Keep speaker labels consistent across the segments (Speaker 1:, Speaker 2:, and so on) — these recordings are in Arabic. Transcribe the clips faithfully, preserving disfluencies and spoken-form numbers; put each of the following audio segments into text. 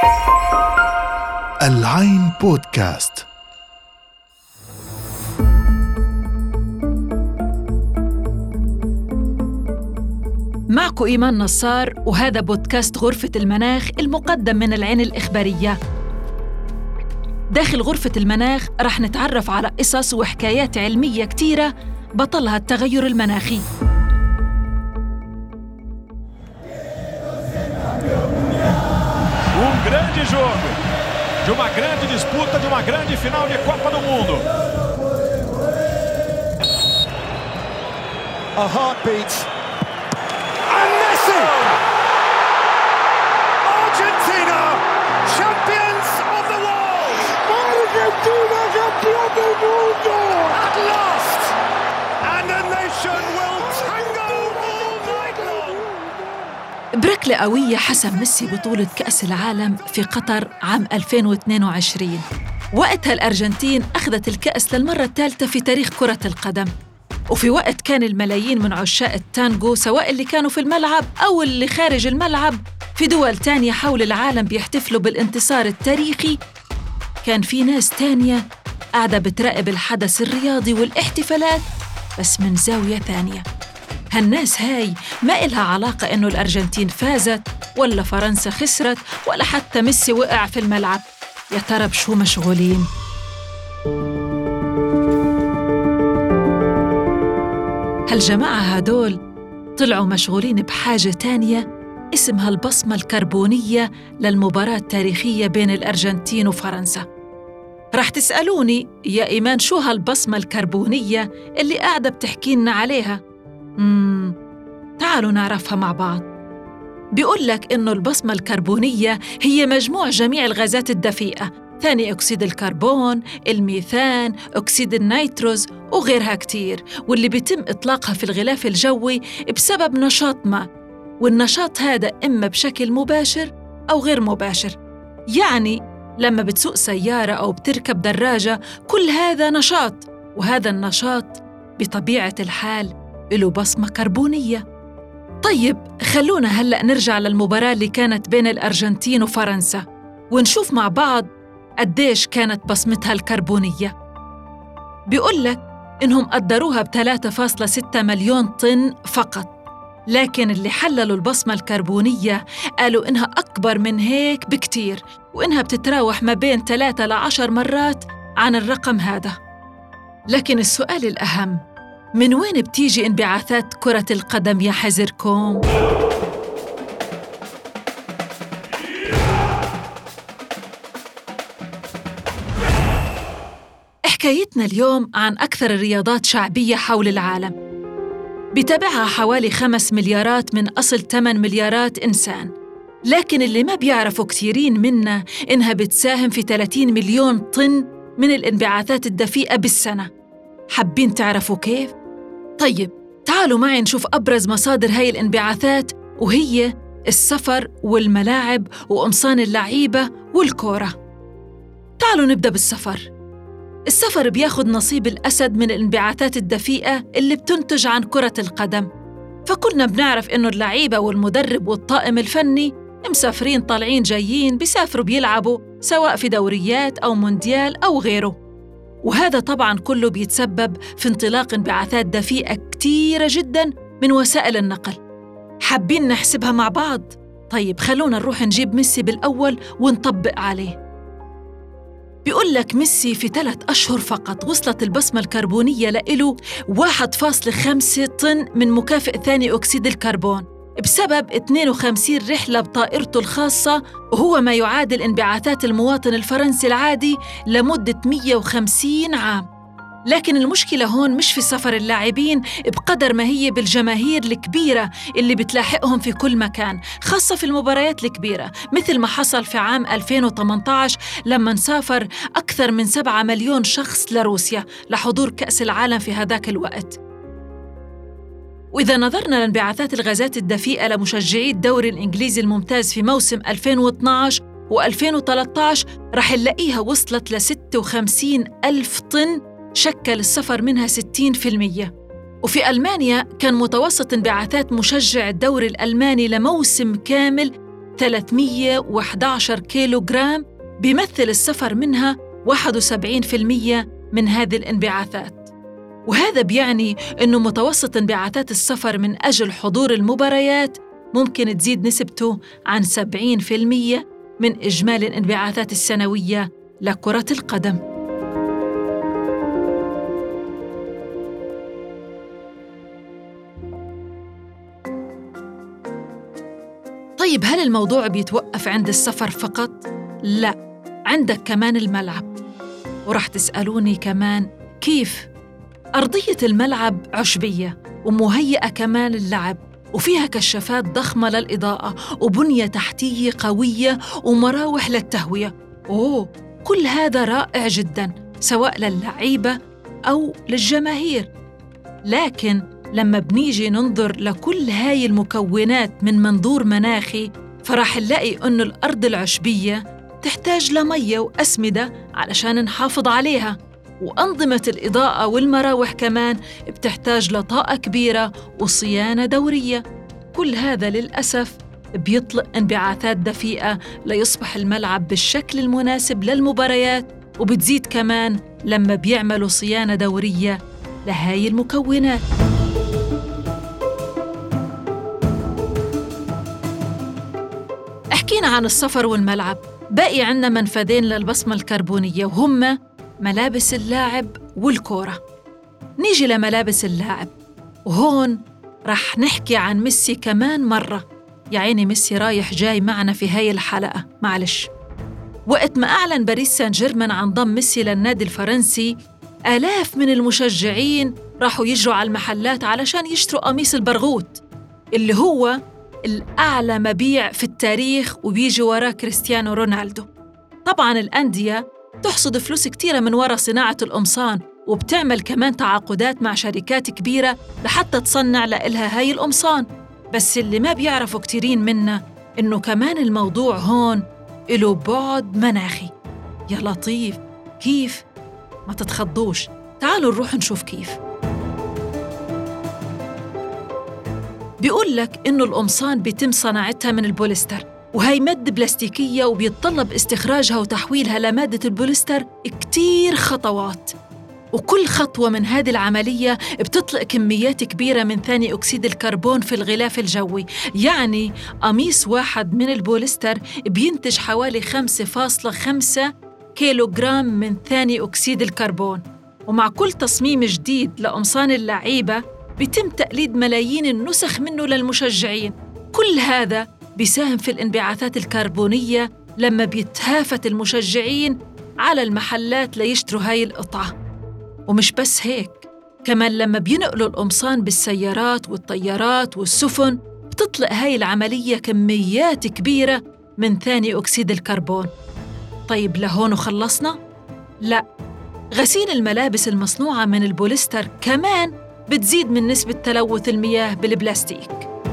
Speaker 1: العين بودكاست.
Speaker 2: معكم إيمان نصار، وهذا بودكاست غرفة المناخ المقدم من العين الإخبارية. داخل غرفة المناخ رح نتعرف على قصص وحكايات علمية كتيرة بطلها التغير المناخي.
Speaker 3: Um grande jogo, de uma grande disputa, de uma grande final de Copa do Mundo.
Speaker 4: A heartbeat. And Messi! Argentina, champions of the world! Argentina, campeón del mundo! At last! And the nation will tango all night long!
Speaker 2: بركلة قوية حسم ميسي بطولة كأس العالم في قطر عام ألفين واثنين وعشرين. وقتها الأرجنتين أخذت الكأس للمرة الثالثة في تاريخ كرة القدم، وفي وقت كان الملايين من عشاق التانجو سواء اللي كانوا في الملعب أو اللي خارج الملعب في دول تانية حول العالم بيحتفلوا بالانتصار التاريخي، كان في ناس تانية قاعدة بتراقب الحدث الرياضي والاحتفالات بس من زاوية ثانية. هالناس هاي ما إلها علاقة إنه الأرجنتين فازت ولا فرنسا خسرت ولا حتى ميسي وقع في الملعب. يا ترى بشو مشغولين؟ هالجماعة هادول طلعوا مشغولين بحاجة تانية اسمها البصمة الكربونية للمباراة التاريخية بين الأرجنتين وفرنسا. رح تسألوني يا إيمان شو هالبصمة الكربونية اللي قاعدة بتحكينا عليها؟ مم. تعالوا نعرفها مع بعض. بيقول لك إنه البصمة الكربونية هي مجموع جميع الغازات الدفيئة، ثاني أكسيد الكربون، الميثان، أكسيد النيتروز وغيرها كتير، واللي بيتم إطلاقها في الغلاف الجوي بسبب نشاط ما، والنشاط هذا إما بشكل مباشر أو غير مباشر. يعني لما بتسوق سيارة أو بتركب دراجة كل هذا نشاط، وهذا النشاط بطبيعة الحال له بصمة كربونية. طيب خلونا هلأ نرجع للمباراة اللي كانت بين الأرجنتين وفرنسا ونشوف مع بعض قديش كانت بصمتها الكربونية. بيقول لك إنهم قدروها ب ثلاثة فاصلة ستة مليون طن فقط، لكن اللي حللوا البصمة الكربونية قالوا إنها أكبر من هيك بكتير، وإنها بتتراوح ما بين ثلاثة لعشر مرات عن الرقم هذا. لكن السؤال الأهم، من وين بتيجي انبعاثات كرة القدم يا حزركم؟ حكايتنا اليوم عن أكثر الرياضات شعبية حول العالم، بتابعها حوالي خمس مليارات من أصل ثمان مليارات إنسان، لكن اللي ما بيعرفوا كثيرين منا إنها بتساهم في ثلاثين مليون طن من الانبعاثات الدفيئة بالسنة. حابين تعرفوا كيف؟ طيب تعالوا معي نشوف أبرز مصادر هاي الانبعاثات، وهي السفر والملاعب وقمصان اللعيبة والكورة. تعالوا نبدأ بالسفر. السفر بياخد نصيب الأسد من الانبعاثات الدفيئة اللي بتنتج عن كرة القدم، فكلنا بنعرف إنه اللعيبة والمدرب والطاقم الفني مسافرين طالعين جايين، بيسافروا بيلعبوا سواء في دوريات أو مونديال أو غيره، وهذا طبعاً كله بيتسبب في انطلاق انبعاثات دفيئة كتيرة جداً من وسائل النقل. حابين نحسبها مع بعض؟ طيب خلونا نروح نجيب ميسي بالأول ونطبق عليه. بيقول لك ميسي في ثلاث أشهر فقط وصلت البصمة الكربونية لإله واحد فاصلة خمسة طن من مكافئ ثاني أكسيد الكربون بسبب اثنين وخمسين رحلة بطائرته الخاصة، وهو ما يعادل انبعاثات المواطن الفرنسي العادي لمدة مئة وخمسين عام. لكن المشكلة هون مش في سفر اللاعبين بقدر ما هي بالجماهير الكبيرة اللي بتلاحقهم في كل مكان، خاصة في المباريات الكبيرة، مثل ما حصل في عام ألفين وثمانية عشر لما نسافر أكثر من سبعة مليون شخص لروسيا لحضور كأس العالم في هذاك الوقت. وإذا نظرنا لانبعاثات الغازات الدفيئة لمشجعي الدوري الإنجليزي الممتاز في موسم ألفين واثني عشر وألفين وثلاثة عشر رح نلاقيها وصلت ل ستة وخمسين ألف طن، شكل السفر منها ستين بالمئة. وفي ألمانيا كان متوسط انبعاثات مشجع الدوري الألماني لموسم كامل ثلاثمية وإحدى عشر كيلو جرام، بيمثل السفر منها واحد وسبعين بالمية من هذه الانبعاثات. وهذا بيعني إنه متوسط انبعاثات السفر من أجل حضور المباريات ممكن تزيد نسبته عن سبعين بالمية من إجمالي الانبعاثات السنوية لكرة القدم. طيب، هل الموضوع بيتوقف عند السفر فقط؟ لا، عندك كمان الملعب. ورح تسألوني كمان كيف؟ أرضية الملعب عشبية ومهيئة كمان للعب، وفيها كشافات ضخمة للإضاءة وبنية تحتية قوية ومراوح للتهوية. أوه، كل هذا رائع جداً سواء للعيبة أو للجماهير. لكن لما بنيجي ننظر لكل هاي المكونات من منظور مناخي، فراح نلاقي أنه الأرض العشبية تحتاج لمية وأسمدة علشان نحافظ عليها، وأنظمة الإضاءة والمراوح كمان بتحتاج لطاقة كبيرة وصيانة دورية. كل هذا للأسف بيطلق انبعاثات دفيئة ليصبح الملعب بالشكل المناسب للمباريات، وبتزيد كمان لما بيعملوا صيانة دورية لهاي المكونات. حكينا عن السفر والملعب، باقي عنا منفذين للبصمة الكربونية، وهما ملابس اللاعب والكورة. نيجي لملابس اللاعب، وهون رح نحكي عن ميسي كمان مرة. يا عيني، ميسي رايح جاي معنا في هاي الحلقة، معلش. وقت ما أعلن باريس سان جيرمان عن ضم ميسي للنادي الفرنسي، آلاف من المشجعين راحوا يجروا على المحلات علشان يشتروا قميص البرغوت اللي هو الأعلى مبيع في التاريخ، وبيجي وراه كريستيانو رونالدو. طبعاً الأندية تحصد فلوس كتيرة من وراء صناعة القمصان، وبتعمل كمان تعاقدات مع شركات كبيرة لحتى تصنع لإلها هاي القمصان. بس اللي ما بيعرفوا كتيرين منا إنه كمان الموضوع هون إله بعد مناخي. يا لطيف، كيف؟ ما تتخضوش، تعالوا نروح نشوف كيف. بيقول لك إنه القمصان بيتم صناعتها من البوليستر، وهي مادة بلاستيكية وبيتطلب استخراجها وتحويلها لمادة البوليستر كتير خطوات، وكل خطوة من هذه العملية بتطلق كميات كبيرة من ثاني أكسيد الكربون في الغلاف الجوي. يعني قميص واحد من البوليستر بينتج حوالي خمسة فاصلة خمسة كيلوغرام من ثاني أكسيد الكربون. ومع كل تصميم جديد لقمصان اللعيبة بيتم تقليد ملايين النسخ منه للمشجعين. كل هذا بيساهم في الانبعاثات الكربونية لما بيتهافت المشجعين على المحلات ليشتروا هاي القطعة. ومش بس هيك، كمان لما بينقلوا القمصان بالسيارات والطيارات والسفن بتطلق هاي العملية كميات كبيرة من ثاني أكسيد الكربون. طيب، لهون وخلصنا؟ لا، غسيل الملابس المصنوعة من البوليستر كمان بتزيد من نسبة تلوث المياه بالبلاستيك.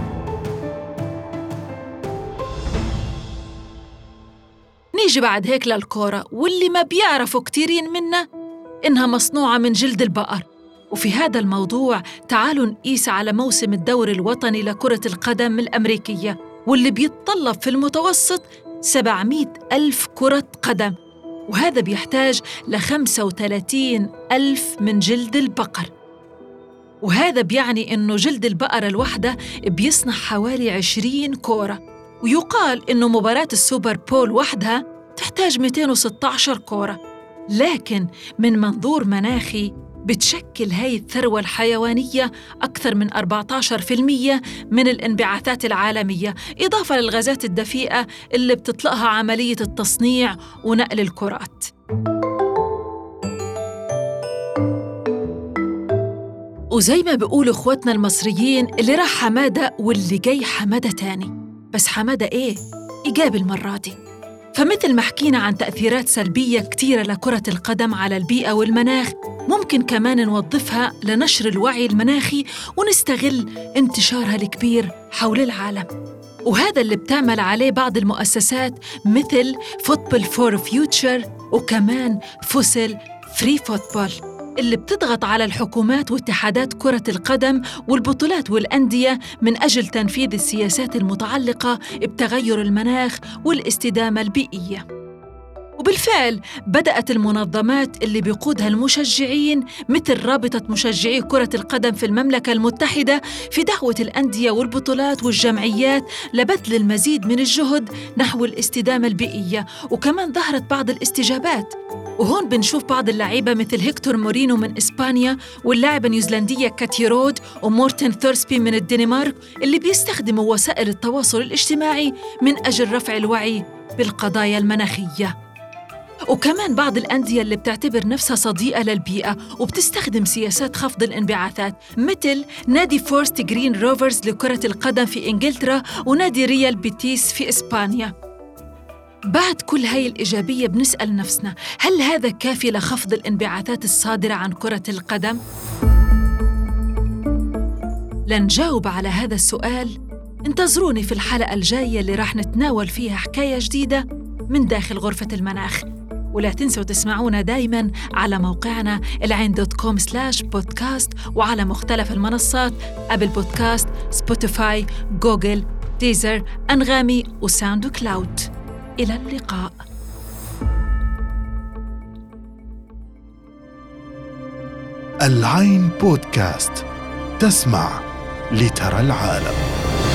Speaker 2: نيجي بعد هيك للكورة، واللي ما بيعرفوا كتيرين منا إنها مصنوعة من جلد البقر. وفي هذا الموضوع تعالوا نقيس على موسم الدوري الوطني لكرة القدم الأمريكية، واللي بيتطلب في المتوسط سبعمائة ألف كرة قدم، وهذا بيحتاج لخمسة وثلاثين ألف من جلد البقر. وهذا بيعني إنه جلد البقرة الواحدة بيصنع حوالي عشرين كورة، ويقال إنه مباراة السوبر بول وحدها تحتاج مئتين وستة عشر كورة. لكن من منظور مناخي بتشكل هاي الثروة الحيوانية أكثر من أربعة عشر بالمية من الانبعاثات العالمية، إضافة للغازات الدفيئة اللي بتطلقها عملية التصنيع ونقل الكرات. وزي ما بيقولوا إخواتنا المصريين، اللي راح حمادة واللي جاي حمادة تاني. بس حمادة إيه؟ إيجابي المرة دي. فمثل ما حكينا عن تأثيرات سلبية كتيرة لكرة القدم على البيئة والمناخ، ممكن كمان نوظفها لنشر الوعي المناخي ونستغل انتشارها الكبير حول العالم. وهذا اللي بتعمل عليه بعض المؤسسات مثل فوتبول فور فيوتشر وكمان فوسل فري فوتبول. اللي بتضغط على الحكومات واتحادات كرة القدم والبطولات والأندية من أجل تنفيذ السياسات المتعلقة بتغير المناخ والاستدامة البيئية. وبالفعل بدأت المنظمات اللي بيقودها المشجعين مثل رابطة مشجعي كرة القدم في المملكة المتحدة في دعوة الأندية والبطولات والجمعيات لبذل المزيد من الجهد نحو الاستدامة البيئية، وكمان ظهرت بعض الاستجابات. وهون بنشوف بعض اللعيبة مثل هيكتور مورينو من إسبانيا واللاعبة النيوزيلندية كاتي رود ومورتن ثورسبي من الدنمارك اللي بيستخدموا وسائل التواصل الاجتماعي من أجل رفع الوعي بالقضايا المناخية. وكمان بعض الأندية اللي بتعتبر نفسها صديقة للبيئة وبتستخدم سياسات خفض الانبعاثات مثل نادي فورست جرين روفرز لكرة القدم في إنجلترا ونادي ريال بيتيس في إسبانيا. بعد كل هاي الإيجابية بنسأل نفسنا، هل هذا كافي لخفض الانبعاثات الصادرة عن كرة القدم؟ لنجاوب على هذا السؤال انتظروني في الحلقة الجاية اللي راح نتناول فيها حكاية جديدة من داخل غرفة المناخ. ولا تنسوا تسمعونا دايماً على موقعنا العين دوت كوم سلاش بودكاست وعلى مختلف المنصات أبل بودكاست، سبوتيفاي، جوجل، ديزر، أنغامي وساوند كلاود. إلى اللقاء.
Speaker 1: العين بودكاست، تسمع لترى العالم.